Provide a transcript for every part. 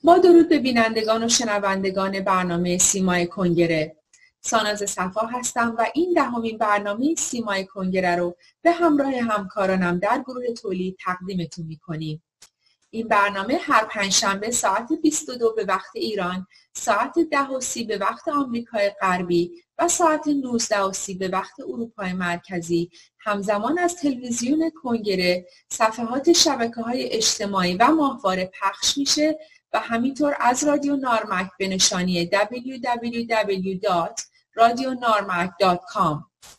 با درود به بینندگان و شنوندگان برنامه سیمای کنگره. ساناز صفا هستم و این 10مین برنامه سیمای کنگره رو به همراه همکارانم در گروه تولید تقدیمتون می‌کنیم. این برنامه هر پنجشنبه ساعت 22 به وقت ایران، ساعت 10:30 به وقت آمریکای غربی و ساعت 19:30 به وقت اروپای مرکزی همزمان از تلویزیون کنگره، صفحات شبکه‌های اجتماعی و ماهواره پخش میشه و همینطور از رادیو نارمک به نشانی www.radionarmak.com.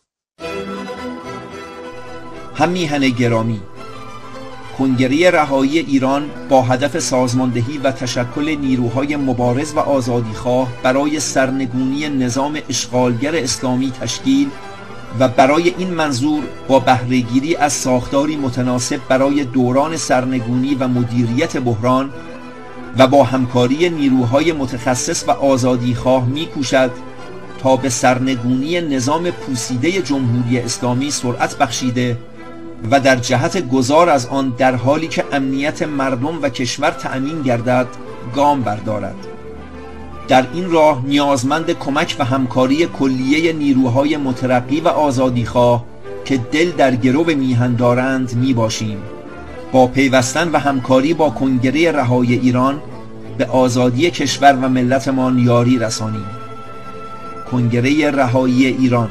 هم میهن گرامی، کنگره رهایی ایران با هدف سازماندهی و تشکل نیروهای مبارز و آزادیخواه برای سرنگونی نظام اشغالگر اسلامی تشکیل و برای این منظور با بهره‌گیری از ساختاری متناسب برای دوران سرنگونی و مدیریت بحران و با همکاری نیروهای متخصص و آزادیخواه می‌کوشد تا به سرنگونی نظام پوسیده جمهوری اسلامی سرعت بخشیده و در جهت گذار از آن در حالی که امنیت مردم و کشور تأمین گردد گام بردارد. در این راه نیازمند کمک و همکاری کلیه نیروهای مترقی و آزادیخواه که دل در گرو میهن دارند می باشیم. با پیوستن و همکاری با کنگره رهایی ایران به آزادی کشور و ملتمان یاری رسانیم. کنگره رهایی ایران.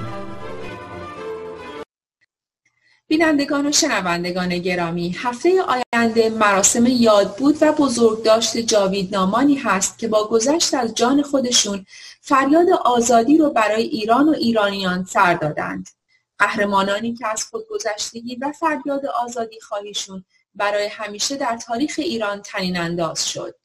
بینندگان و شنوندگان گرامی، هفته آینده مراسم یادبود و بزرگداشت جاویدنامانی هست که با گذشت از جان خودشون فریاد آزادی رو برای ایران و ایرانیان سر دادند. قهرمانانی که از خودگذشتگی و فریاد آزادی خواهیشون برای همیشه در تاریخ ایران طنین انداز شد.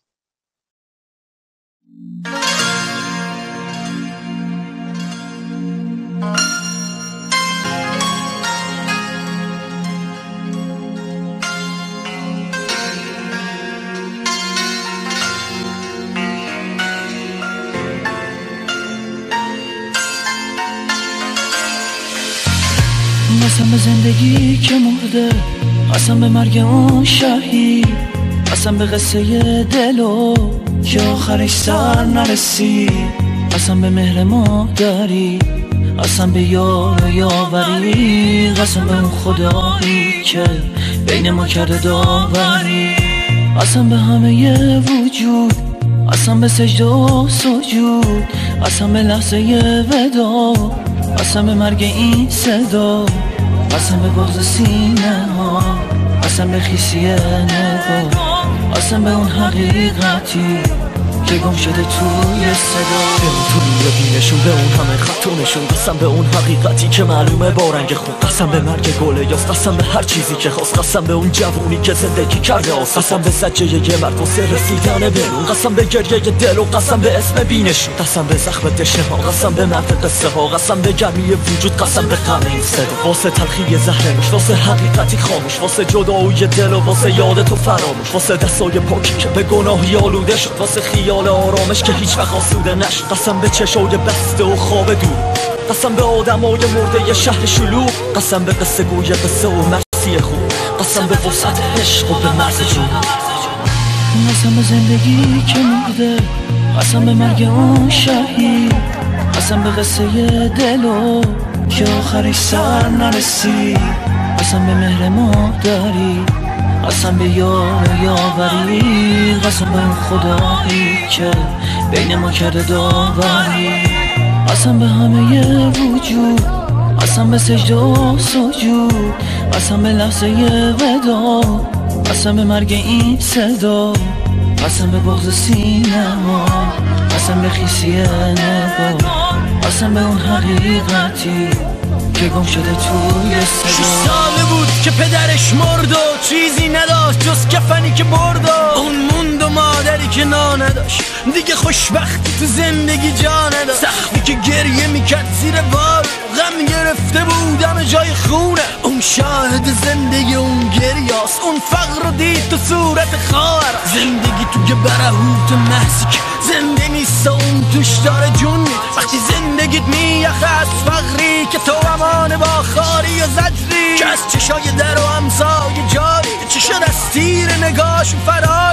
قسم به زندگی که مرده، قسم به مرگ اون شهید، قسم به قصه دلو که آخرش سر نرسید، قسم به مهر مادری، قسم به یار و یاوری، قسم به اون خدایی که بین ما کرده داوری، قسم به همه وجود، قسم به سجده و سجود، قسم به لحظه ودا، قسم به مرگ این صدا، قسم به بغض سینه ها، قسم به خیسی نگاه، قسم به اون حقیقتی که گم شده توی صدا، به اون طول بینشون، به اون همه خطونشون، قسم به اون حقیقتی که معلومه با رنگ خون، قسم به مرگ گل یاس، قسم به هر چیزی که خواست، قسم به اون جوونی که زندگی کرده آس، قسم به زجه یه مرد واسه رسیدن برون، قسم به گریه دل و قسم به اسم بینشون، قسم به زخم دشنه ها، قسم به مرد قصه ها، قسم به گرمی وجود، قسم به غم این صدا، واسه تلخی زهر نوش، واسه حقیقتی خاموش، واسه جدایی دل و واسه یاد تو فراموش، واسه دستای پاکی که به گناهی آلوده شد، واسه خیال آرامش که هیچ وقت آسوده نشد، قسم به چشای بسته و خواب دور، قسم به آدمای مرده ی شهر شلوغ، قسم به قصه گوی قصه و مرسی خوب، قسم به وسعت عشق و به مرز جون، قسم به زندگی که مرده، قسم به مرگ اون شهید، قسم به قصه دلو که آخرش سر نرسید، قسم به مهر مادری، قسم به یار و یاوری، قسم به اون خدایی که بین ما کرده داوری، قسم به همه وجود، قسم به سجده و سجود، قسم به لحظه ودا، قسم به مرگ این صدا، قسم به بغض سینه ها، قسم به خیسی نگاه، قسم به اون حقیقتی که گم شده توی صدا. 6 ساله بود که پدرش مرد و چیزی نداشت جز کفنی که برد و اون موند و مادری که نان نداشت، دیگه خوشبختی تو زندگی جا نداشت، سخفی که گریه میکرد زیر بار، غم گرفته بودم جای خونه، اون شاهد زندگی اون گریاست، اون فقر رو دید تو صورت خواهر، زندگی توی برهوت محضی که زنده نیست و اون توش داره جون میده، وقتی زندگیت میخه از فقری که تو امان با خاری و زجری، که از چشای در و همسای جاری، چی شد از تیر نگاش فراری، اون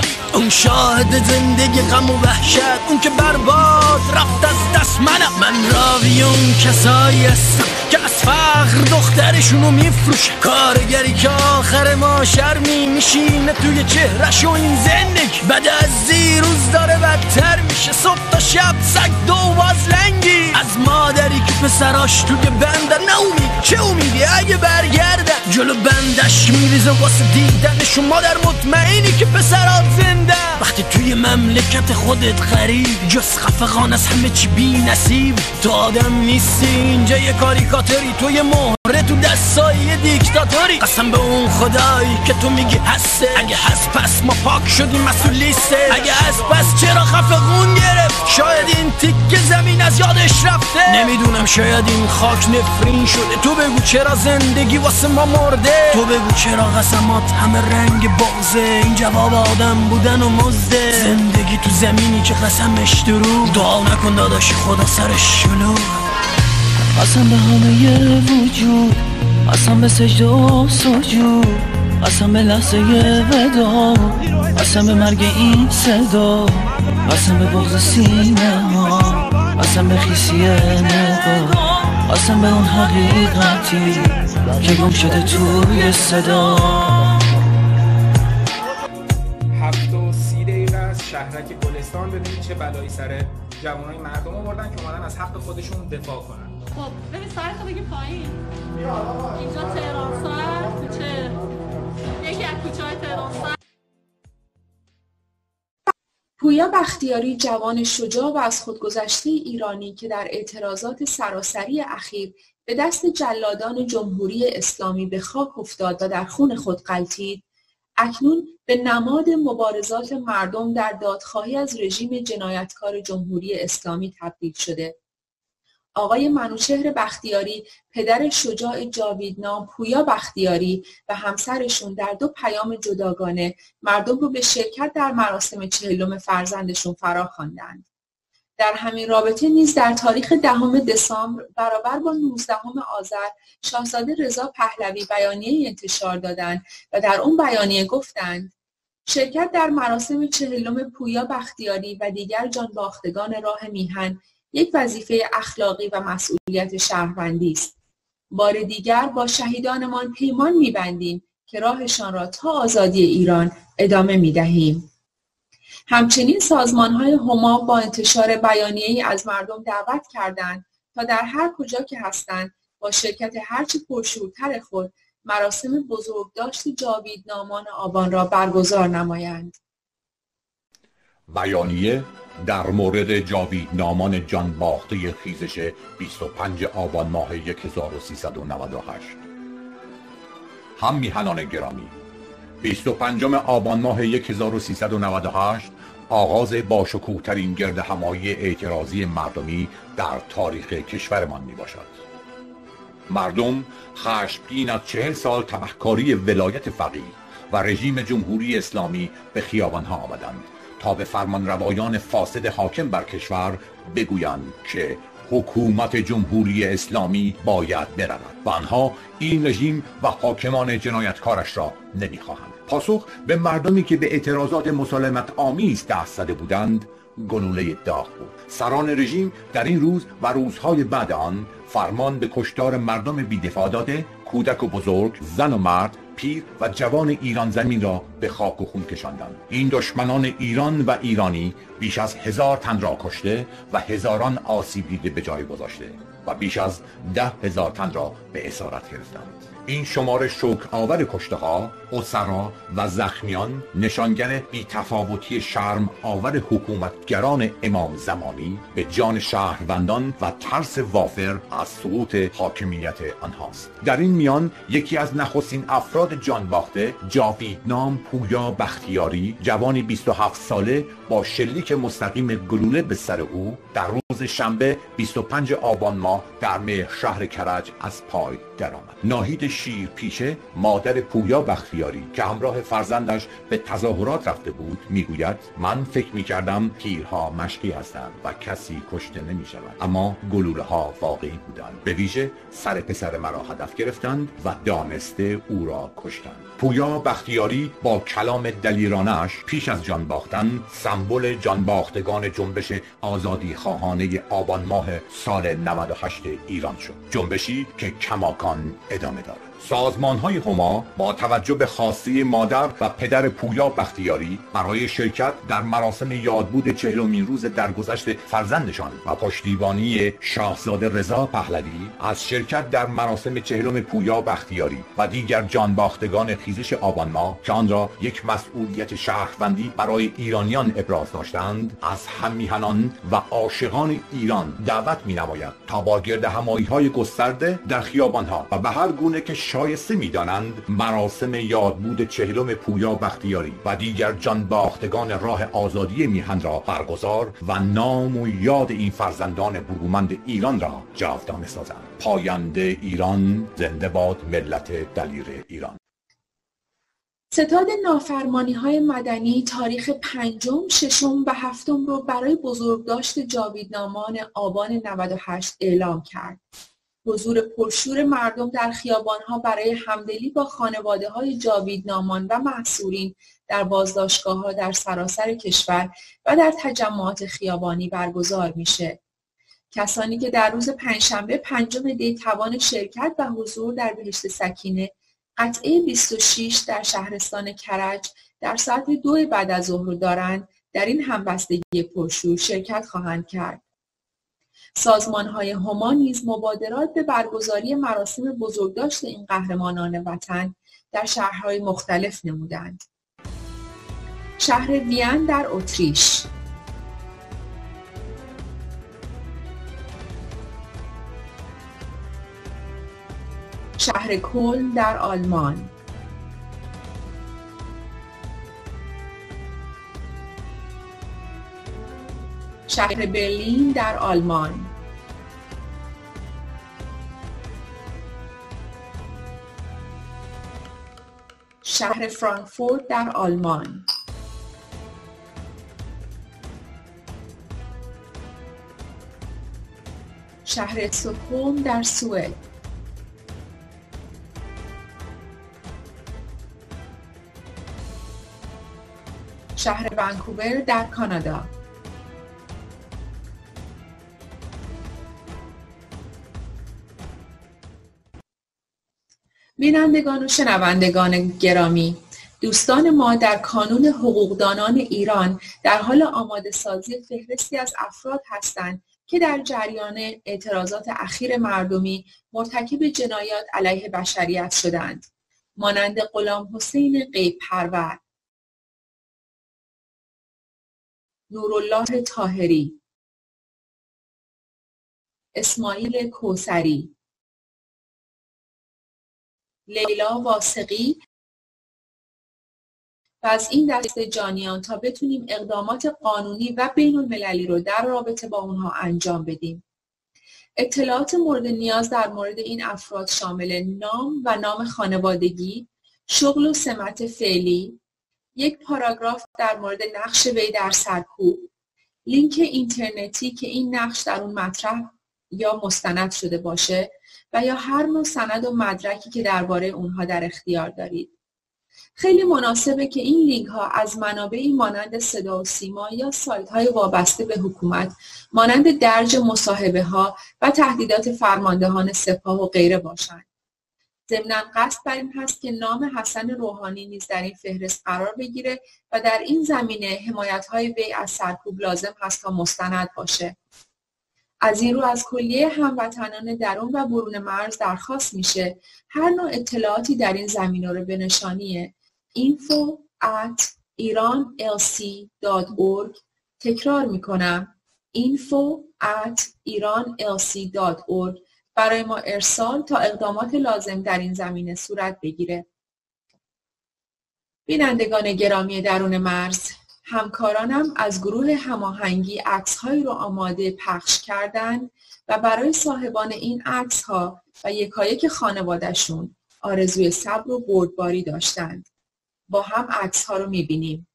من شاهد زندگی غم و وحشت، اون که برباد رفت از دست من راوی اون کسایی هستم که از فقر دخترشونو میفروشه، کارگری که آخر ما شرمی میشینه توی چهرش و این زندگی بعد از روز داره بدتر میشه، صبح تا شب سگ دو باز لنگی از مادری که پسراش توی بندن، نه امید چه امیدی اگه برگردن، جلو بندش میریزه واسه دیدنشون، مادر مطمئنی که پسرات زنده، وقتی توی مملکت خودت غریب جز خفقان از همه چی بی نصیب، تو آدم نیستی اینجا یه کاریکاتوری، تو یه مهره تو دستای دیکتاتوری، قسم به اون خدایی که تو میگی هسته، اگه هست پس ما پاک شدیم مسئولیسته، اگه هست پس چرا خفقون گرفت، شاید این تیک زمین از یادش رفته، نمیدونم شاید این خاک نفرین شده، تو بگو چرا زندگی واسه ما مرده، تو بگو چرا قسمات همه رنگ بغضه، این جواب آدم بودن و مزده، زندگی تو زمینی که قسمش دروغ، دعا نکن داداش خدا سرش شلوغ، قسم به همه وجود، قسم به سجده و سجود، قسم به لحظه ودا، قسم به مرگ این صدا، قسم به بغض سینه ها، قسم به خیسی نگاه، قسم به اون حقیقتی که گم شده توی صدا. 7:30 دقیقه از شهرک گلستان ببینید چه بلایی سر جوانای مردم آوردن که اومدن از حق خودشون دفاع کنن. خب ببین سرتو بگی پایین. اینجا تهران سر کوچه، یکی از کوچه‌های تهران سر. پویا بختیاری جوان شجاع و از خودگذشته ایرانی که در اعتراضات سراسری اخیر به دست جلادان جمهوری اسلامی به خاک افتاد و در خون خود غلتید، اکنون به نماد مبارزات مردم در دادخواهی از رژیم جنایتکار جمهوری اسلامی تبدیل شده. آقای منوچهر بختیاری، پدر شجاع جاویدنام پویا بختیاری و همسرشون در 2 پیام جداگانه مردم رو به شرکت در مراسم 40 فرزندشون فراخواندند. در همین رابطه نیز در تاریخ 10 دسامبر برابر با 19 آذر شاهزاده رضا پهلوی بیانیه انتشار دادند و در اون بیانیه گفتند: شرکت در مراسم 40 پویا بختیاری و دیگر جانباختگان راه میهن یک وظیفه اخلاقی و مسئولیت شهروندی است. بار دیگر با شهیدانمان پیمان می‌بندیم که راهشان را تا آزادی ایران ادامه می‌دهیم. همچنین سازمان‌های هما با انتشار بیانیه‌ای از مردم دعوت کردند تا در هر کجا که هستند با شرکت هرچه پرشورتر خود مراسم بزرگداشت جاویدنامان آبان را برگزار نمایند. بیانیه در مورد جاویدنامان جانباخته خیزش 25 آبان ماه 1398. هم میهنان گرامی، 25 آبان ماه 1398 آغاز باشکوه‌ترین گرد همایی اعتراضی مردمی در تاریخ کشورمان می باشد. مردم خشمگین از 40 سال تبهکاری ولایت فقیه و رژیم جمهوری اسلامی به خیابان‌ها آمدند تا به فرمانروایان فاسد حاکم بر کشور بگویند که حکومت جمهوری اسلامی باید برود و آنها این رژیم و حاکمان جنایتکارش را نمیخواهند. پاسخ به مردمی که به اعتراضات مسالمت آمیز دست زده بودند گلوله داغ بود. سران رژیم در این روز و روزهای بعد آن فرمان به کشتار مردم بی‌دفاع داده، کودک و بزرگ، زن و مرد، پیر و جوان ایران زمین را به خاک و خون کشاندند. این دشمنان ایران و ایرانی بیش از 1000 تن را کشته و هزاران آسیب دیده به جای گذاشته و بیش از 10,000 تن را به اسارت گرفتند. این شمار شوک‌آور کشته‌ها، اسرا و زخمیان نشانگر بی‌تفاوتی شرم آور حکومتگران امام زمانی به جان شهروندان و ترس وافر از سقوط حاکمیت آنهاست. در این میان یکی از نخستین افراد جانباخته، جاویدنام پویا بختیاری، جوانی 27 ساله، با شلیک مستقیم گلوله به سر او در روز شنبه 25 آبان ماه در شهر کرج از پای درآمد. ناهید شیرپیشه مادر پویا بختیاری که همراه فرزندش به تظاهرات رفته بود میگوید من فکر میکردم تیرها مشقی هستند و کسی کشته نمیشود، اما گلوله ها واقعی بودند. به ویژه سر پسر مرا هدف گرفتند و دانسته او را کشتند. پویا بختیاری با کلام دلیرانش پیش از جان باختن سمبل جانباختگان جنبش آزادی خواهانه آبان ماه سال 98 ایران شد، جنبشی که کماکان ادامه دارد. سازمان‌های هما با توجه به خواسته مادر و پدر پویا بختیاری برای شرکت در مراسم یادبود 40مین روز درگذشت فرزندشان و پشتیبانی شاهزاده رضا پهلوی از شرکت در مراسم 40 پویا بختیاری و دیگر جانباختگان خیزش آبان ماه که آن را یک مسئولیت شهروندی برای ایرانیان ابراز داشتند، از هم‌میهنان و عاشقان ایران دعوت می‌نماید تا با گردهمایی‌های گسترده در خیابان‌ها و به هر گونه که شایسته می‌دانند مراسم یادبود 40 پویا بختیاری و دیگر جانباختگان راه آزادی میهن را برگزار و نام و یاد این فرزندان برومند ایران را جاودانه سازند. پاینده ایران، زنده باد ملت دلیر ایران. ستاد نافرمانی‌های مدنی تاریخ 5م، 6م و 7م رو برای بزرگداشت جاویدنامان آبان 98 اعلام کرد. حضور پرشور مردم در خیابان‌ها برای همدلی با خانواده‌های جاویدنامان و محصورین در بازداشتگاه‌ها در سراسر کشور و در تجمعات خیابانی برگزار میشه. کسانی که در روز پنجشنبه 5 دی توان شرکت و حضور در بهشت سکینه قطعه 26 در شهرستان کرج در ساعت 2 بعد از ظهر دارند، در این همبستگی پرشور شرکت خواهند کرد. سازمان‌های هما نیز مبادرات به برگزاری مراسم بزرگداشت این قهرمانان وطن در شهرهای مختلف نمودند. شهر وین در اتریش، شهر کلن در آلمان، شهر برلین در آلمان، شهر فرانکفورت در آلمان، شهر استکهلم در سوئد، شهر ونکوور در کانادا. بینندگان و شنوندگان گرامی، دوستان ما در کانون حقوقدانان ایران در حال آماده سازی فهرستی از افراد هستند که در جریان اعتراضات اخیر مردمی مرتکب جنایات علیه بشریت شدند، مانند غلام حسین غیب پرور، نورالله طاهری، اسماعیل کوثری، لیلا واسقی و از این دسته جانیان تا بتونیم اقدامات قانونی و بین المللی رو در رابطه با اونها انجام بدیم. اطلاعات مورد نیاز در مورد این افراد شامل نام و نام خانوادگی، شغل و سمت فعلی، یک پاراگراف در مورد نقش وی در سرکوب، لینک اینترنتی که این نقش در اون مطرح یا مستند شده باشه و یا هر نوع سند و مدرکی که درباره اونها در اختیار دارید. خیلی مناسبه که این لینک ها از منابعی مانند صدا و سیما یا سایت های وابسته به حکومت مانند درج مصاحبه ها و تهدیدات فرماندهان سپاه و غیره باشند. ضمناً قصد بر این هست که نام حسن روحانی نیز در این فهرست قرار بگیره و در این زمینه حمایت‌های وی از سرکوب لازم هست تا مستند باشه. از این رو از کلیه هموطنان درون و برون مرز درخواست میشه هر نوع اطلاعاتی در این زمینه رو به نشانی info@iranlc.org، تکرار میکنم info@iranlc.org برای ما ارسال تا اقدامات لازم در این زمینه صورت بگیره. بینندگان گرامی درون مرز، همکارانم از گروه هماهنگی عکس‌هایی را آماده پخش کردند و برای صاحبان این عکس‌ها و یکایک خانواده‌شون آرزوی صبر و بردباری داشتند. با هم عکس‌ها رو می‌بینیم.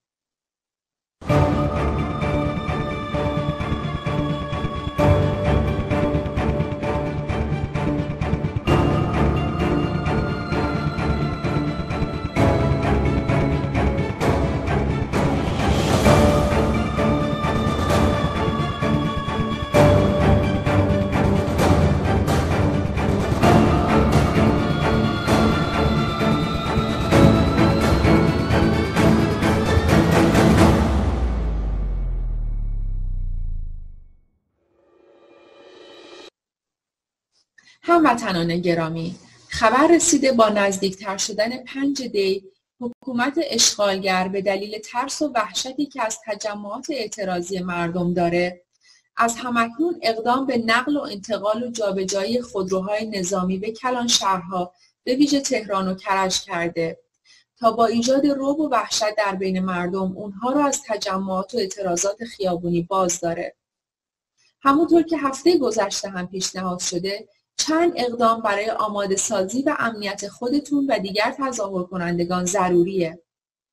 هموطنان گرامی، خبر رسیده با نزدیکتر شدن 5 دی حکومت اشغالگر به دلیل ترس و وحشتی که از تجمعات اعتراضی مردم داره، از همکنون اقدام به نقل و انتقال و جابجایی خودروهای نظامی به کلان شهرها به ویژه تهران و کرج کرده تا با ایجاد رعب و وحشت در بین مردم اونها را از تجمعات و اعتراضات خیابونی باز داره. همونطور که هفته گذشته هم پیشنهاد شده، چند اقدام برای آماده سازی و امنیت خودتون و دیگر تظاهر کنندگان ضروریه.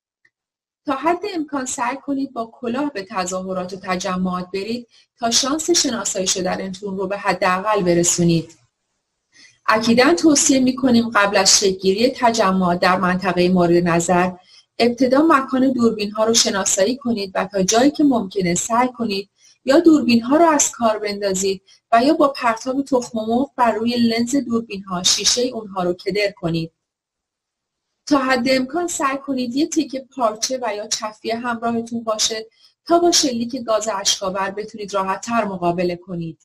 تا حد امکان سعی کنید با کلاه به تظاهرات و تجمعات برید تا شانس شناسایی شدنتون رو به حداقل برسونید. اکیداً توصیه می‌کنیم قبل از شکل‌گیری تجمعات در منطقه مورد نظر، ابتدا مکان دوربین‌ها رو شناسایی کنید و تا جایی که ممکنه سعی کنید یا دوربین‌ها رو از کار بندازید و یا با پرتاب تخم مرغ بر روی لنز دوربین‌ها شیشه اونها رو کدر کنید. تا حد امکان سعی کنید یک تیکه پارچه و یا چفیه همراهتون باشه تا با شلیک گاز اشک‌آور بتونید راحت‌تر مقابله کنید.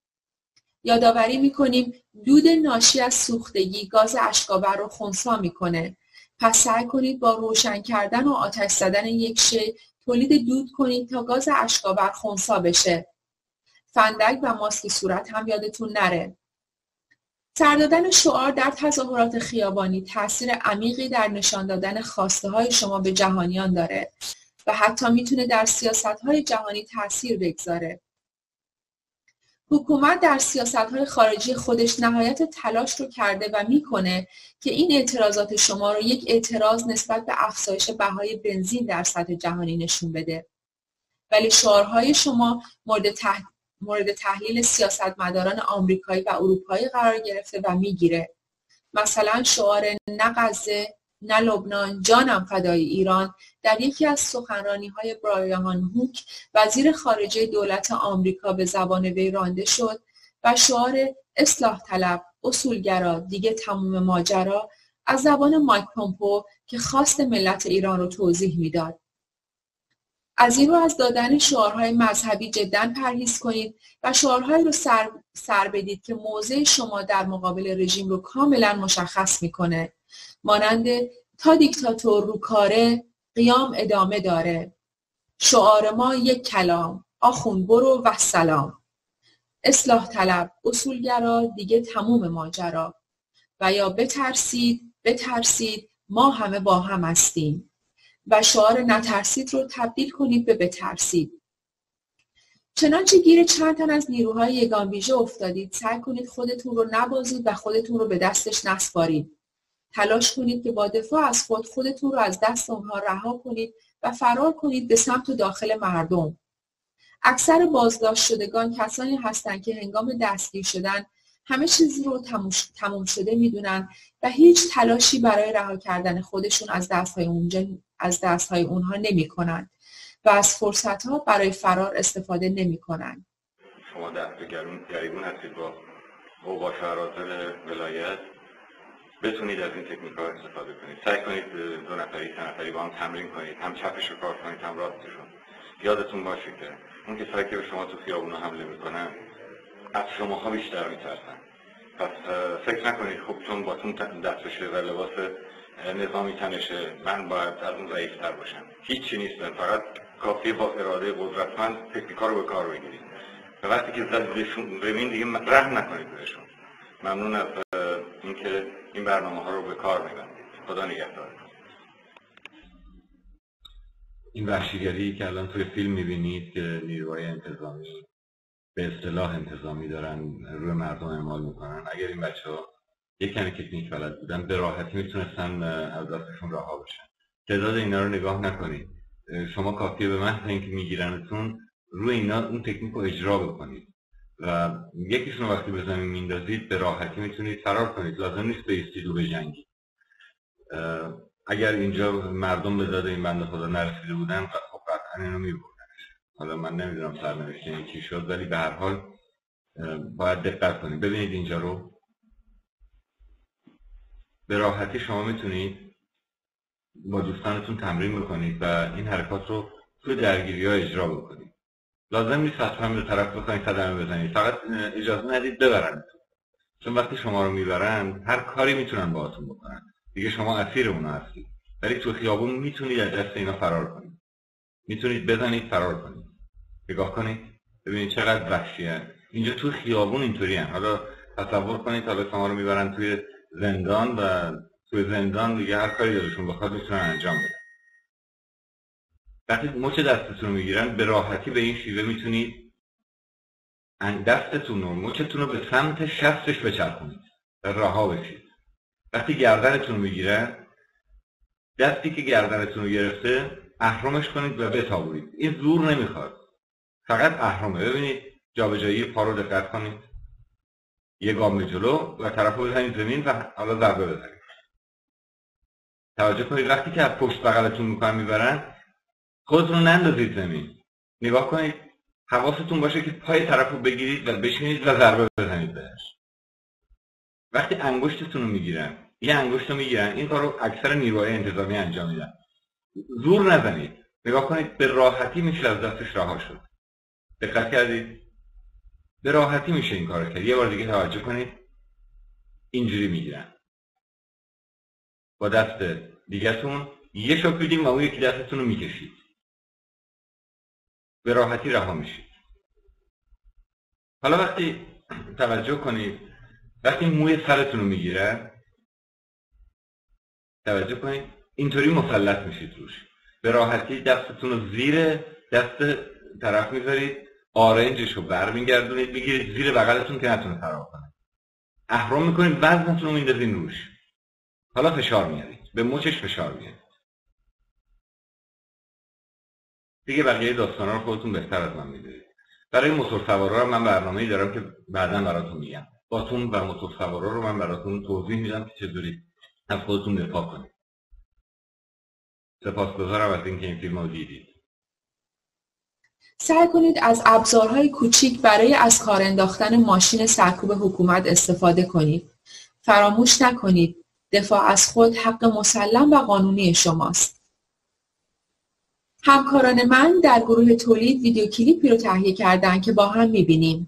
یادآوری می‌کنیم دود ناشی از سوختگی گاز اشک‌آور رو خنثی می‌کنه. پس سعی کنید با روشن کردن و آتش زدن یک شی تولید دود کنید تا گاز اشک‌آور خنثی بشه. فندک و ماسک صورت هم یادتون نره. سر دادن شعار در تظاهرات خیابانی تأثیر عمیقی در نشان دادن خواسته‌های شما به جهانیان داره و حتی میتونه در سیاست‌های جهانی تأثیر بگذاره. حکومت در سیاست‌های خارجی خودش نهایت تلاش رو کرده و میکنه که این اعتراضات شما رو یک اعتراض نسبت به افزایش بهای بنزین در سطح جهانی نشون بده. ولی شعارهای شما مورد تحلیل سیاستمداران آمریکایی و اروپایی قرار گرفته و میگیره. مثلا شعار نه غزه، نه لبنان، جانم فدای ایران در یکی از سخنرانی‌های برایان هوک وزیر خارجه دولت آمریکا به زبان وی رانده شد و شعار اصلاح طلب، اصولگرا، دیگه تموم ماجرا از زبان مایک پومپو که خواست ملت ایران رو توضیح میداد. از این رو از دادن شعارهای مذهبی جداً پرهیز کنید و شعارهایی رو سر بدید که موضع شما در مقابل رژیم رو کاملاً مشخص میکنه. مانند تا دیکتاتور رو کاره، قیام ادامه داره. شعار ما یک کلام، آخوند برو و سلام. اصلاح طلب، اصولگرا، دیگه تموم ماجرا. و یا بترسید ما همه با هم هستیم. و شعار نترسید رو تبدیل کنید به بترسید. چنانچه گیر چند تن از نیروهای یگان ویژه افتادید، سعی کنید خودتون رو نبازید و خودتون رو به دستش نسپارید. تلاش کنید که با دفاع از خودتون رو از دست اونها رها کنید و فرار کنید به سمت و داخل مردم. اکثر بازداشت شدگان کسانی هستند که هنگام دستگیر شدن همه چیزی رو تموم شده میدونن و هیچ تلاشی برای رها کردن خودشون از دستهای اونها نمی کنند و از فرصتها برای فرار استفاده نمی کنند. شما دست گریبون هستید با قوا شهرازل ولایت، بتونید از این تکنیک ها استفاده کنید. سعی کنید 2 نفری 3 نفری با هم تمرین کنید، هم چپش رو کار کنید هم راستشون. یادتون باشه که اون کسایی که به شما تو خیابون حمله میکنن از شماها بیشتر میترسن. پس فکر نکنید خب چون باتون دستشه و لباس نظامی تنشه من باید از اون ضعیف‌تر باشم. هیچی نیستن، فقط کافیه با اراده قدرتمند تکنیکا رو به کار بگیرید. و وقتی که زدیدشون ببین دیگه رحم نکنید بهشون. ممنون از اینکه این برنامه ها رو به کار میبندید. خدا نگهدار. این وحشیگری که الان توی فیلم میبینید که نیروهای انتظامی به اصطلاح انتظامی دارن روی مردم اعمال میکنن، اگر این بچه‌ها یک کمی تکنیک بلد بودن به راحتی میتونستن از دستشون رها بشن. تعداد اینا رو نگاه نکنید، شما کافیه به محض اینکه میگیرنتون روی اینا اون تکنیک رو اجرا بکنید و یکیشون وقتی به زمین میندازید به راحتی میتونید فرار کنید، لازم نیست بایستید و بجنگید. اگر اینجا مردم به داد این بنده خدا نرسیده بودن خب قطعا اینو میبردنش. حالا من نمیدونم سرنوشت این چی شد، ولی به هر حال باید دقت کنید. ببینید اینجا رو به راحتی شما میتونید با دوستانتون تمرین بکنید و این حرکات رو توی درگیری‌ها اجرا بکنید. لازم نیست حتما به طرف بخواید صدمه بزنید، فقط اجازه ندید ببرنتون، چون وقتی شما رو میبرن هر کاری میتونن باهاتون بکنن، دیگه شما اسیر اونا هستید. ولی تو خیابون میتونید از دست اینا فرار کنید، میتونید بزنید فرار کنید. نگاه کنید ببینید چقدر وحشیه. اینجا تو خیابون اینطوریه. حالا تصور کنید حالا شما رو میبرن توی زندان و توی زندان دیگه هر کاری دلشون بخواد میتونن انجام بدن. وقتی مچ دستتون رو میگیرن به راحتی به این شیوه میتونید دستتون و مچتون رو به سمت شستش بچرخونید و رها بشید. وقتی گردنتون رو میگیرن، دستی که گردنتون رو گرفته اهرمش کنید و بتابونید. این زور نمیخواد، فقط اهرمه. ببینید جابجایی پا رو دقت کنید، یه گام به جلو و طرف رو بزنید زمین و حالا ضربه بزنید. توجه کنید وقتی که از پشت بغلتون میکنن میبرن خودتون رو نندازید زمین. نگاه کنید حواستون باشه که پای طرف رو بگیرید و بشینید و ضربه بزنید بهش. وقتی انگشتتون رو میگیرن، یه انگشت رو میگیرن، این کار رو اکثر نیروهای انتظامی انجام میدن. زور نزنید، نگاه کنید به راحتی میشه از دستش رها شد. دقت کردید؟ به راحتی میشه این کار کرد. یه بار دیگه توجه کنید، اینجوری میگیرن با دست دیگه‌تون یه شوک میدیم و اون یکی دستتون رو میکشید، به راحتی رها میشید. حالا وقتی توجه کنید وقتی موی سرتون رو میگیرن، توجه کنید اینطوری مسلط میشید روش. به راحتی دستتون رو زیر دست طرف میذارید، آرنجش رو برمیگردونید میگیرید زیر بغلتون که نتونه فرار کنه. اهرم میکنید، وزنتون رو میندازید روش. حالا فشار میارید، به مچش فشار میارید. دیگه بقیه داستانا رو خودتون بهتر از من میدونید. برای موتور سوارا من برنامه‌ای دارم که بعداً براتون میگم. باتون و موتور سوارا رو من براتون توضیح میدم که چطوری از خودتون دفاع کنید. سپاسگزارم از اینکه این فیلم رو دیدید. سعی کنید از ابزارهای کوچیک برای از کار انداختن ماشین سرکوب حکومت استفاده کنید. فراموش نکنید دفاع از خود حق مسلم و قانونی شماست. همکاران من در گروه تولید ویدیو کلیپی رو تهیه کردن که با هم می‌بینیم.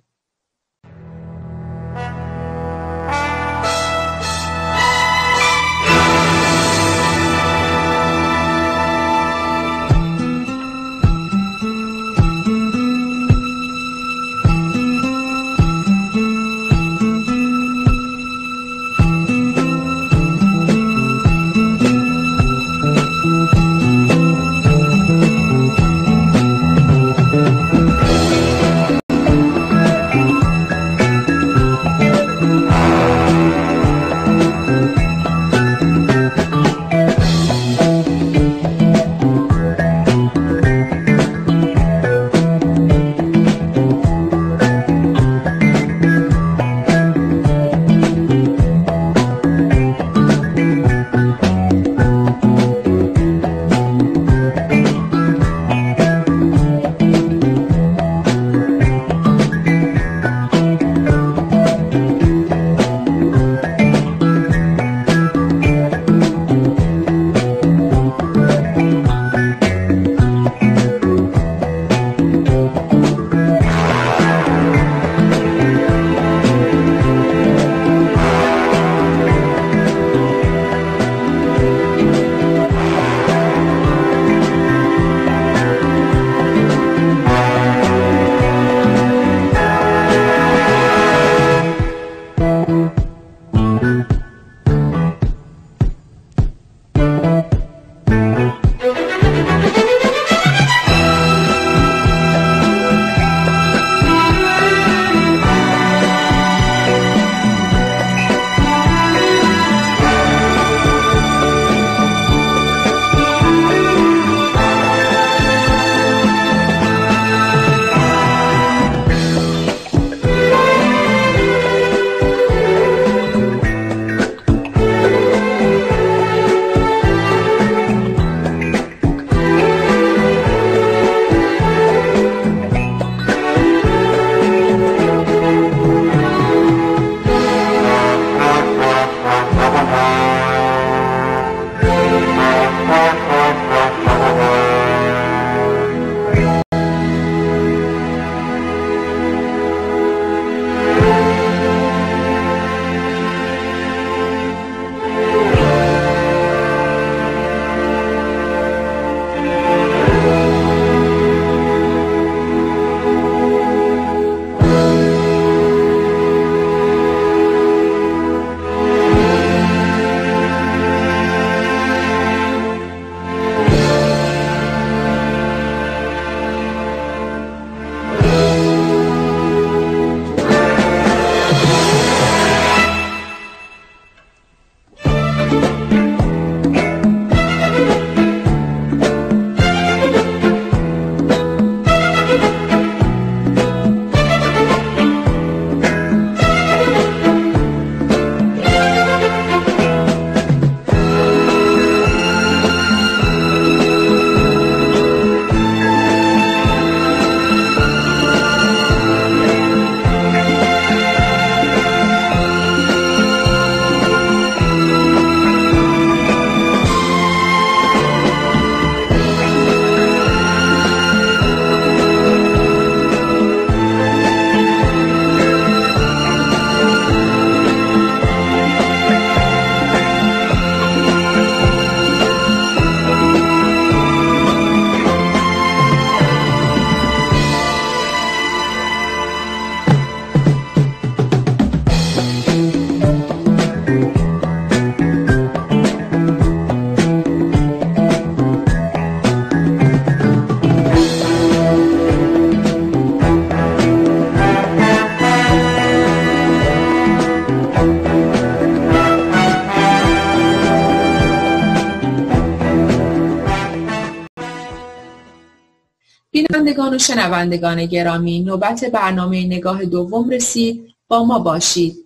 بینندگان و شنوندگان گرامی، نوبت برنامه نگاه دوم رسید. با ما باشید.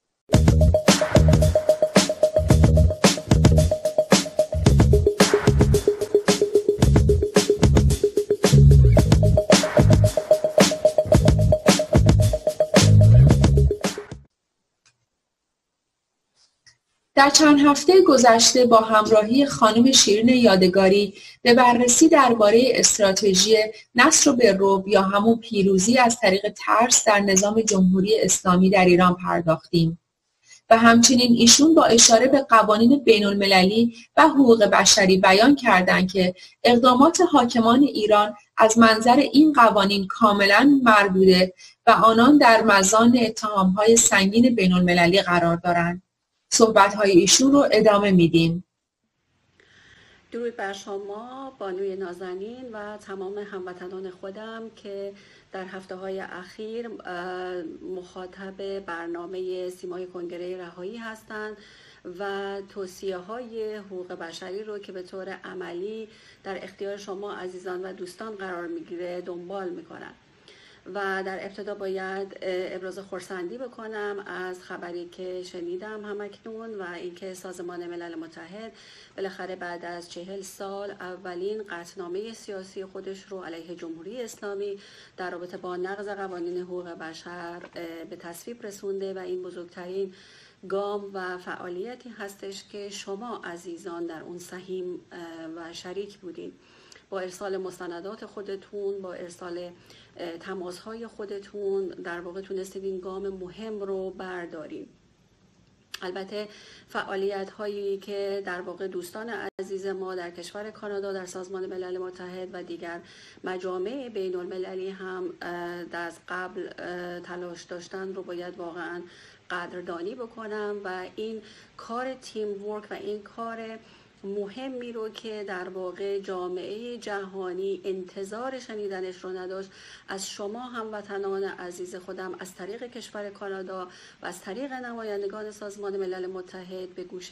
در چند هفته گذشته با همراهی خانم شیرین یادگاری به بررسی درباره استراتژی نصر و بالرعب یا همون پیروزی از طریق ترس در نظام جمهوری اسلامی در ایران پرداختیم و همچنین ایشون با اشاره به قوانین بین المللی و حقوق بشری بیان کردند که اقدامات حاکمان ایران از منظر این قوانین کاملا مردوده و آنان در مزان اتهام‌های سنگین بین المللی قرار دارند. صحبت‌های ایشون رو ادامه میدیم. درود بر شما بانوی نازنین و تمام هموطنان خودم که در هفته‌های اخیر مخاطب برنامه سیمای کنگره رهایی هستند و توصیه‌های حقوق بشری رو که به طور عملی در اختیار شما عزیزان و دوستان قرار میگیره دنبال میکنن. و در ابتدا باید ابراز خرسندی بکنم از خبری که شنیدم همکنون و اینکه سازمان ملل متحد بالاخره بعد از 40 سال اولین قطعنامه سیاسی خودش رو علیه جمهوری اسلامی در رابطه با نقض قوانین حقوق بشر به تصویب رسونده و این بزرگترین گام و فعالیتی هستش که شما عزیزان در اون سهیم و شریک بودین. با ارسال مستندات خودتون، با ارسال تماس‌های خودتون در واقع تونستید این گام مهم رو برداریم. البته فعالیت هایی که در واقع دوستان عزیز ما در کشور کانادا در سازمان ملل متحد و دیگر مجامع بین المللی هم از قبل تلاش داشتن رو باید واقعا قدردانی بکنم و این کار تیم ورک و این کار مهمی رو که در واقع جامعه جهانی انتظار شنیدنش رو نداشت از شما هموطنان عزیز خودم از طریق کشور کانادا و از طریق نمایندگان سازمان ملل متحد به گوش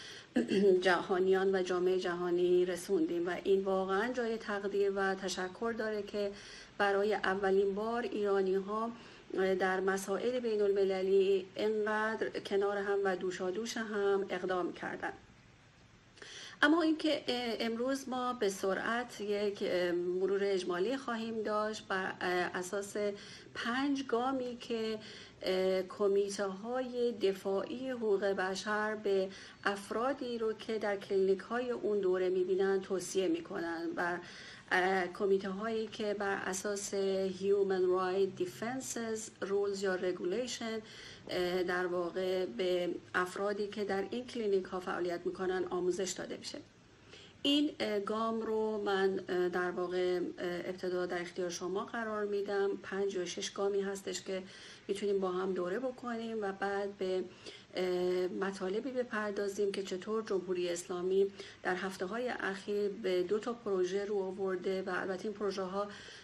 جهانیان و جامعه جهانی رسوندیم و این واقعا جای تقدیر و تشکر داره که برای اولین بار ایرانی ها در مسائل بین المللی اینقدر کنار هم و دوشادوش هم اقدام کردن. اما اینکه امروز ما به سرعت یک مرور اجمالی خواهیم داشت بر اساس 5 گامی که کمیته های دفاعی حقوق بشر به افرادی رو که در کلینیک های اون دوره میبینن توصیه میکنن و کمیته هایی که بر اساس Human Rights Defenses Rules یا Regulation در واقع به افرادی که در این کلینیک ها فعالیت میکنن آموزش داده میشه. این گام رو من در واقع ابتدا در اختیار شما قرار میدم. 5 یا 6 گامی هستش که میتونیم با هم دوره بکنیم و بعد به مطالبی بپردازیم که چطور جمهوری اسلامی در هفته‌های اخیر به 2 تا پروژه رو آورده و البته این پروژه ها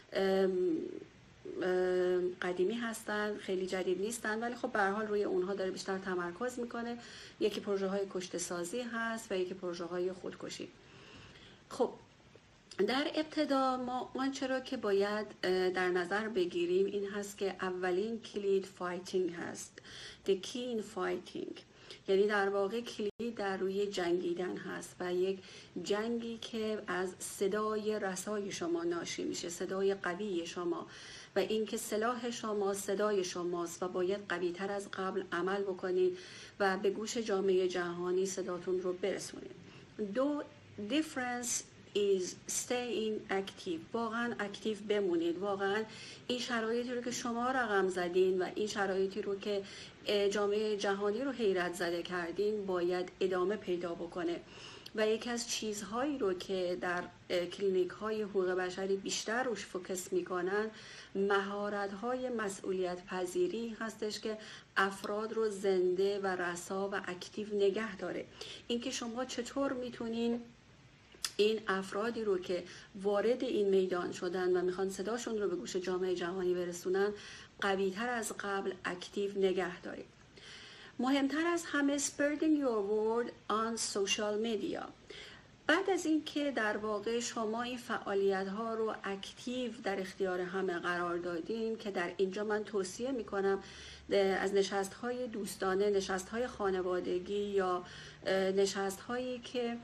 قدیمی هستن، خیلی جدید نیستن، ولی خب به هر حال روی اونها داره بیشتر تمرکز میکنه. یکی پروژه های کشت سازی هست و یکی پروژه های خودکشی. خب در ابتدا ما آنچه را که باید در نظر بگیریم این هست که اولین کلید فایتینگ هست. The key in fighting یعنی در واقع کلید در روی جنگیدن هست و یک جنگی که از صدای رسای شما ناشی میشه، صدای قوی شما و اینکه سلاح شما صدای شماست و باید قوی تر از قبل عمل بکنید و به گوش جامعه جهانی صداتون رو برسونید. 2 difference is staying active. واقعا اکتیو بمونید. واقعا این شرایطی رو که شما رقم زدین و این شرایطی رو که جامعه جهانی رو حیرت زده کردین باید ادامه پیدا بکنه و یکی از چیزهایی رو که در کلینیک های حقوق بشری بیشتر روش فوکس میکنن مهارت های مسئولیت پذیری هستش که افراد رو زنده و رسا و اکتیو نگه داره. اینکه شما چطور میتونین این افرادی رو که وارد این میدان شدن و میخوان صداشون رو به گوش جامعه جهانی برسونن قوی‌تر از قبل اکتیو نگه دارید. مهمتر از همه spreading your word on social media. بعد از این که در واقع شما این فعالیت ها رو اکتیو در اختیار همه قرار دادین، که در اینجا من توصیه میکنم از نشست های دوستانه، نشست های خانوادگی یا نشست هایی که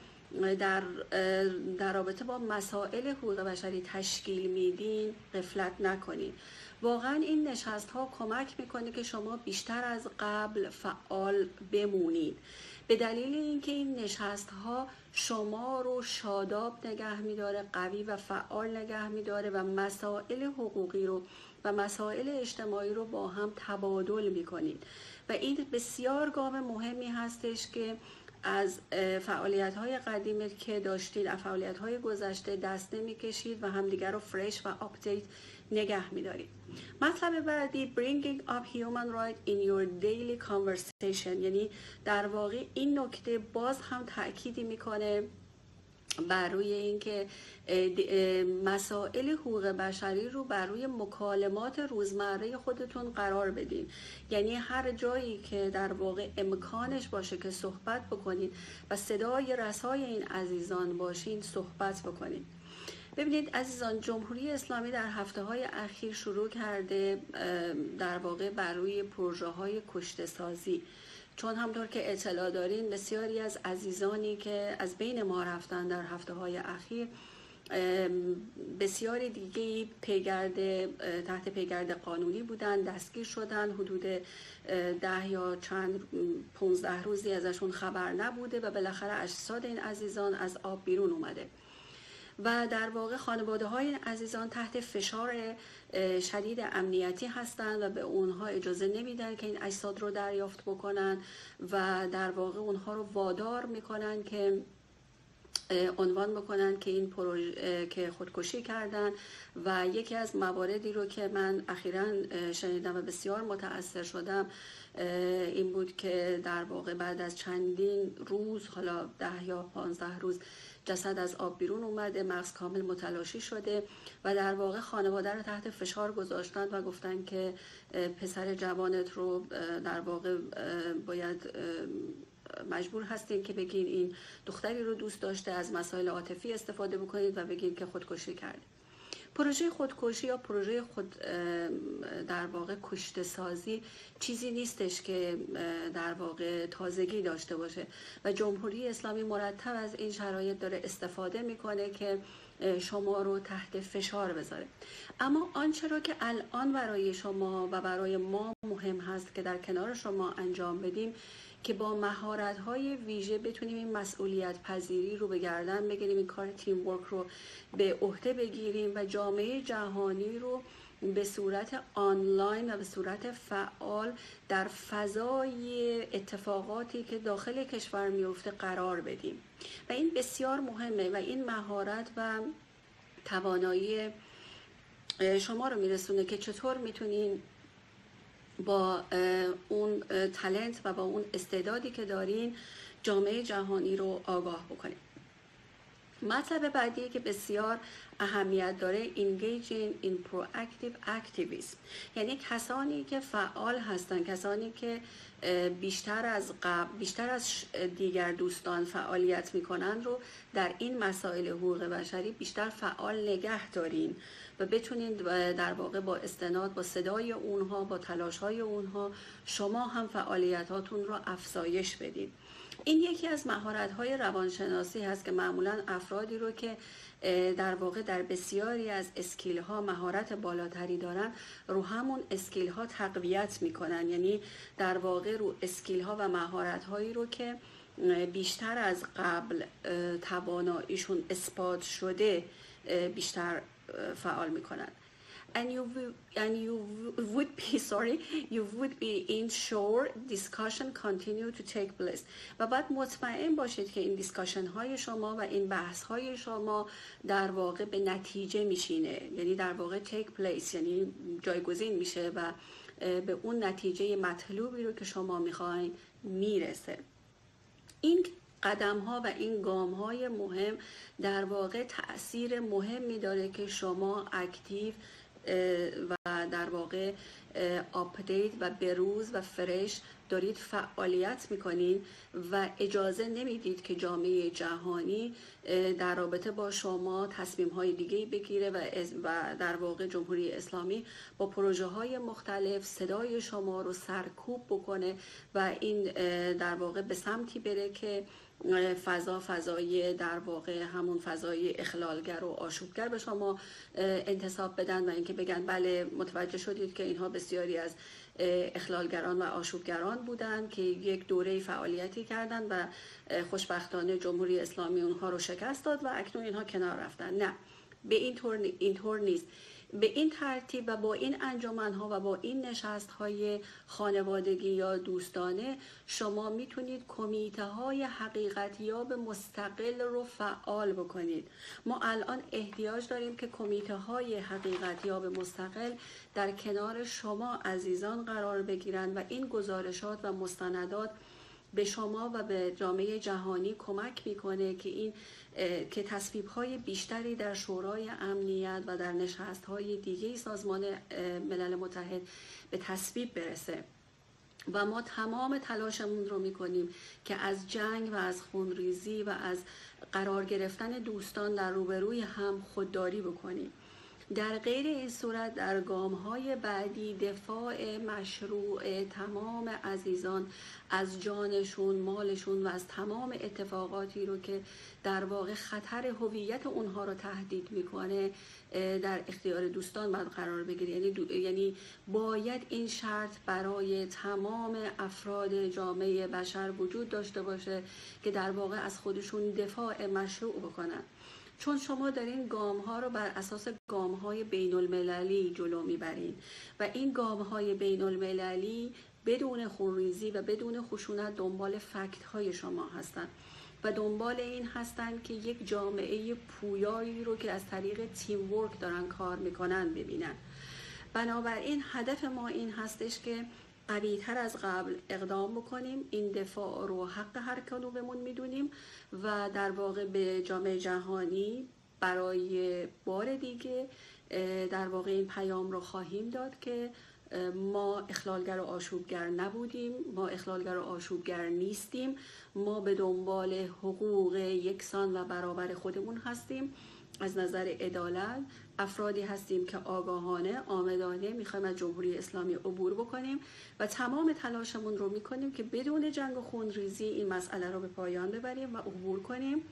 در رابطه با مسائل حقوق بشری تشکیل میدین غفلت نکنید. واقعا این نشست ها کمک میکنه که شما بیشتر از قبل فعال بمونید، به دلیل اینکه این نشست ها شما رو شاداب نگه میداره، قوی و فعال نگه میداره و مسائل حقوقی رو و مسائل اجتماعی رو با هم تبادل میکنید و این بسیار گام مهمی هستش که از فعالیت‌های قدیمی که داشتید، از فعالیت‌های گذشته دست نمی‌کشید و همدیگر رو فرش و آپدیت نگه می‌دارید. مطلب بعدی bringing up human rights in your daily conversation، یعنی در واقع این نکته باز هم تأکیدی می‌کنه بر روی اینکه مسائل حقوق بشری رو بر روی مکالمات روزمره خودتون قرار بدین. یعنی هر جایی که در واقع امکانش باشه که صحبت بکنید و صدای رسای این عزیزان باشین، صحبت بکنید. ببینید عزیزان، جمهوری اسلامی در هفته‌های اخیر شروع کرده در واقع بر روی پروژه‌های کشته‌سازی، چون همطور که اطلاع دارین بسیاری از عزیزانی که از بین ما رفتن در هفته‌های اخیر، بسیاری دیگه تحت پیگرد قانونی بودن، دستگیر شدن، حدود 10 یا 15 روزی ازشون خبر نبوده و بالاخره اجساد این عزیزان از آب بیرون اومده و در واقع خانواده های این عزیزان تحت فشار شدید امنیتی هستند و به اونها اجازه نمیدن که این اجساد رو دریافت بکنن و در واقع اونها رو وادار میکنن که عنوان بکنن که این که خودکشی کردن. و یکی از مواردی رو که من اخیراً شنیدم و بسیار متأثر شدم این بود که در واقع بعد از چندین روز، حالا 10 یا 15 روز، جسد از آب بیرون اومده، مغز کامل متلاشی شده و در واقع خانواده رو تحت فشار گذاشتن و گفتن که پسر جوانت رو در واقع باید مجبور هستین که بگین این دختری رو دوست داشته، از مسائل عاطفی استفاده بکنید و بگین که خودکشی کرده. پروژه خودکشی یا پروژه در واقع کشته سازی چیزی نیستش که در واقع تازگی داشته باشه و جمهوری اسلامی مرتب از این شرایط داره استفاده میکنه که شما رو تحت فشار بذاره. اما آنچه را که الان برای شما و برای ما مهم هست که در کنار شما انجام بدیم که با مهارت‌های ویژه بتونیم این مسئولیت پذیری رو به گردن بگیریم، این کار تیم ورک رو به عهده بگیریم و جامعه جهانی رو به صورت آنلاین و به صورت فعال در فضای اتفاقاتی که داخل کشور میفته قرار بدیم و این بسیار مهمه و این مهارت و توانایی شما رو میرسونه که چطور میتونین با اون تالنت و با اون استعدادی که دارین جامعه جهانی رو آگاه بکنید. مطلب بعدی که بسیار اهمیت داره engaging in proactive activism، یعنی کسانی که فعال هستن، کسانی که بیشتر از دیگر دوستان فعالیت میکنن رو در این مسائل حقوق بشری بیشتر فعال نگه دارین و بتونین در واقع با استناد با صدای اونها، با تلاش‌های اونها شما هم فعالیتاتون رو افزایش بدید. این یکی از مهارت‌های روانشناسی هست که معمولاً افرادی رو که در واقع در بسیاری از اسکیل‌ها مهارت بالاتری دارن رو همون اسکیل‌ها تقویت می‌کنن، یعنی در واقع رو اسکیل‌ها و مهارت‌هایی رو که بیشتر از قبل تواناییشون اثبات شده بیشتر فعال می‌کنن. And you would be ensure discussion continue to take place و باید مطمئن باشید که این دیسکاشن های شما و این بحث های شما در واقع به نتیجه میشینه، یعنی در واقع take place، یعنی جایگزین میشه و به اون نتیجه مطلوبی رو که شما میخواین میرسه. این قدم ها و این گام های مهم در واقع تأثیر مهمی داره که شما اکتیو و در واقع آپدیت و بروز و فرش دارید فعالیت میکنید و اجازه نمیدید که جامعه جهانی در رابطه با شما تصمیم‌های دیگه‌ای بگیره و در واقع جمهوری اسلامی با پروژه‌های مختلف صدای شما رو سرکوب بکنه و این در واقع به سمتی بره که فضای در واقع همون فضای اخلالگر و آشوبگر به شما انتساب بدن و اینکه بگن بله متوجه شدید که اینها بسیاری از اخلالگران و آشوبگران بودن که یک دوره فعالیتی کردن و خوشبختانه جمهوری اسلامی اونها رو شکست داد و اکنون اینها کنار رفتن. نه، به این طور نیست. به این ترتیب و با این انجمن‌ها و با این نشست‌های خانوادگی یا دوستانه شما میتونید کمیته‌های حقیقتیاب مستقل رو فعال بکنید. ما الان احتیاج داریم که کمیته‌های حقیقتیاب مستقل در کنار شما عزیزان قرار بگیرن و این گزارشات و مستندات به شما و به جامعه جهانی کمک میکنه که تصویب‌های بیشتری در شورای امنیت و در نشست‌های دیگه سازمان ملل متحد به تصویب برسه و ما تمام تلاشمون رو میکنیم که از جنگ و از خونریزی و از قرار گرفتن دوستان در روبروی هم خودداری بکنیم. در غیر این صورت در گام‌های بعدی دفاع مشروع تمام عزیزان از جانشون، مالشون و از تمام اتفاقاتی رو که در واقع خطر هویت اونها رو تهدید میکنه در اختیار دوستان باید قرار بگیره. یعنی باید این شرط برای تمام افراد جامعه بشر وجود داشته باشه که در واقع از خودشون دفاع مشروع بکنن. چون شما دارین گام‌ها رو بر اساس گام‌های بین‌المللی جلو میبرین و این گام‌های بین‌المللی بدون خونریزی و بدون خشونت دنبال فکت‌های شما هستن و دنبال این هستن که یک جامعه پویایی رو که از طریق تیم ورک دارن کار میکنن ببینن. بنابراین هدف ما این هستش که قوی‌تر از قبل اقدام بکنیم. این دفاع رو حق هر کدوممون میدونیم و در واقع به جامعه جهانی برای بار دیگه در واقع این پیام رو خواهیم داد که ما اخلالگر و آشوبگر نبودیم، ما اخلالگر و آشوبگر نیستیم، ما به دنبال حقوق یکسان و برابر خودمون هستیم. از نظر عدالت افرادی هستیم که آگاهانه آمدانه میخوایم از جمهوری اسلامی عبور بکنیم و تمام تلاشمون رو میکنیم که بدون جنگ و خونریزی این مسئله رو به پایان ببریم و عبور کنیم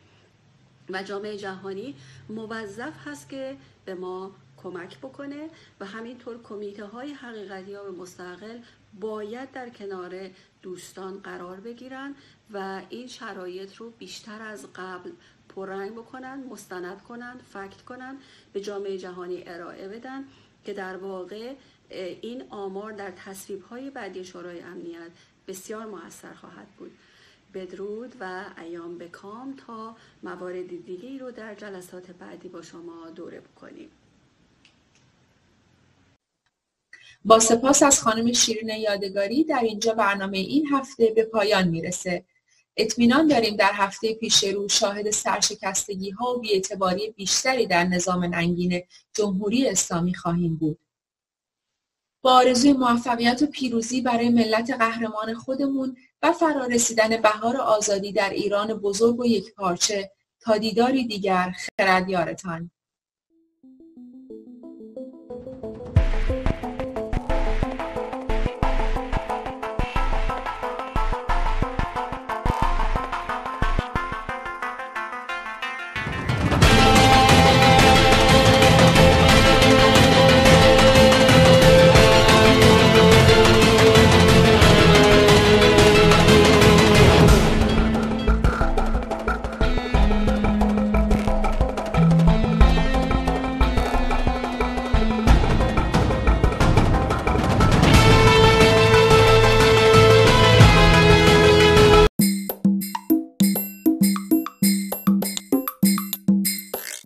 و جامعه جهانی موظف هست که به ما کمک بکنه و همینطور کمیته های حقیقتیاب مستقل باید در کنار دوستان قرار بگیرن و این شرایط رو بیشتر از قبل پررنگ بکنن، مستند کنن، فکت کنن، به جامعه جهانی ارائه بدن که در واقع این آمار در تصویب‌های بعدی شورای امنیت بسیار مؤثر خواهد بود. بدرود و ایام بکام تا موارد دیگه‌ای رو در جلسات بعدی با شما دوره بکنیم. با سپاس از خانم شیرین یادگاری در اینجا برنامه این هفته به پایان میرسه. اطمینان داریم در هفته پیش رو شاهد سرشکستگی ها و بی‌اعتباری بیشتری در نظام ننگین جمهوری اسلامی خواهیم بود. با آرزوی موفقیت و پیروزی برای ملت قهرمان خودمون و فرارسیدن بهار آزادی در ایران بزرگ و یکپارچه تا دیداری دیگر، خردیارتان.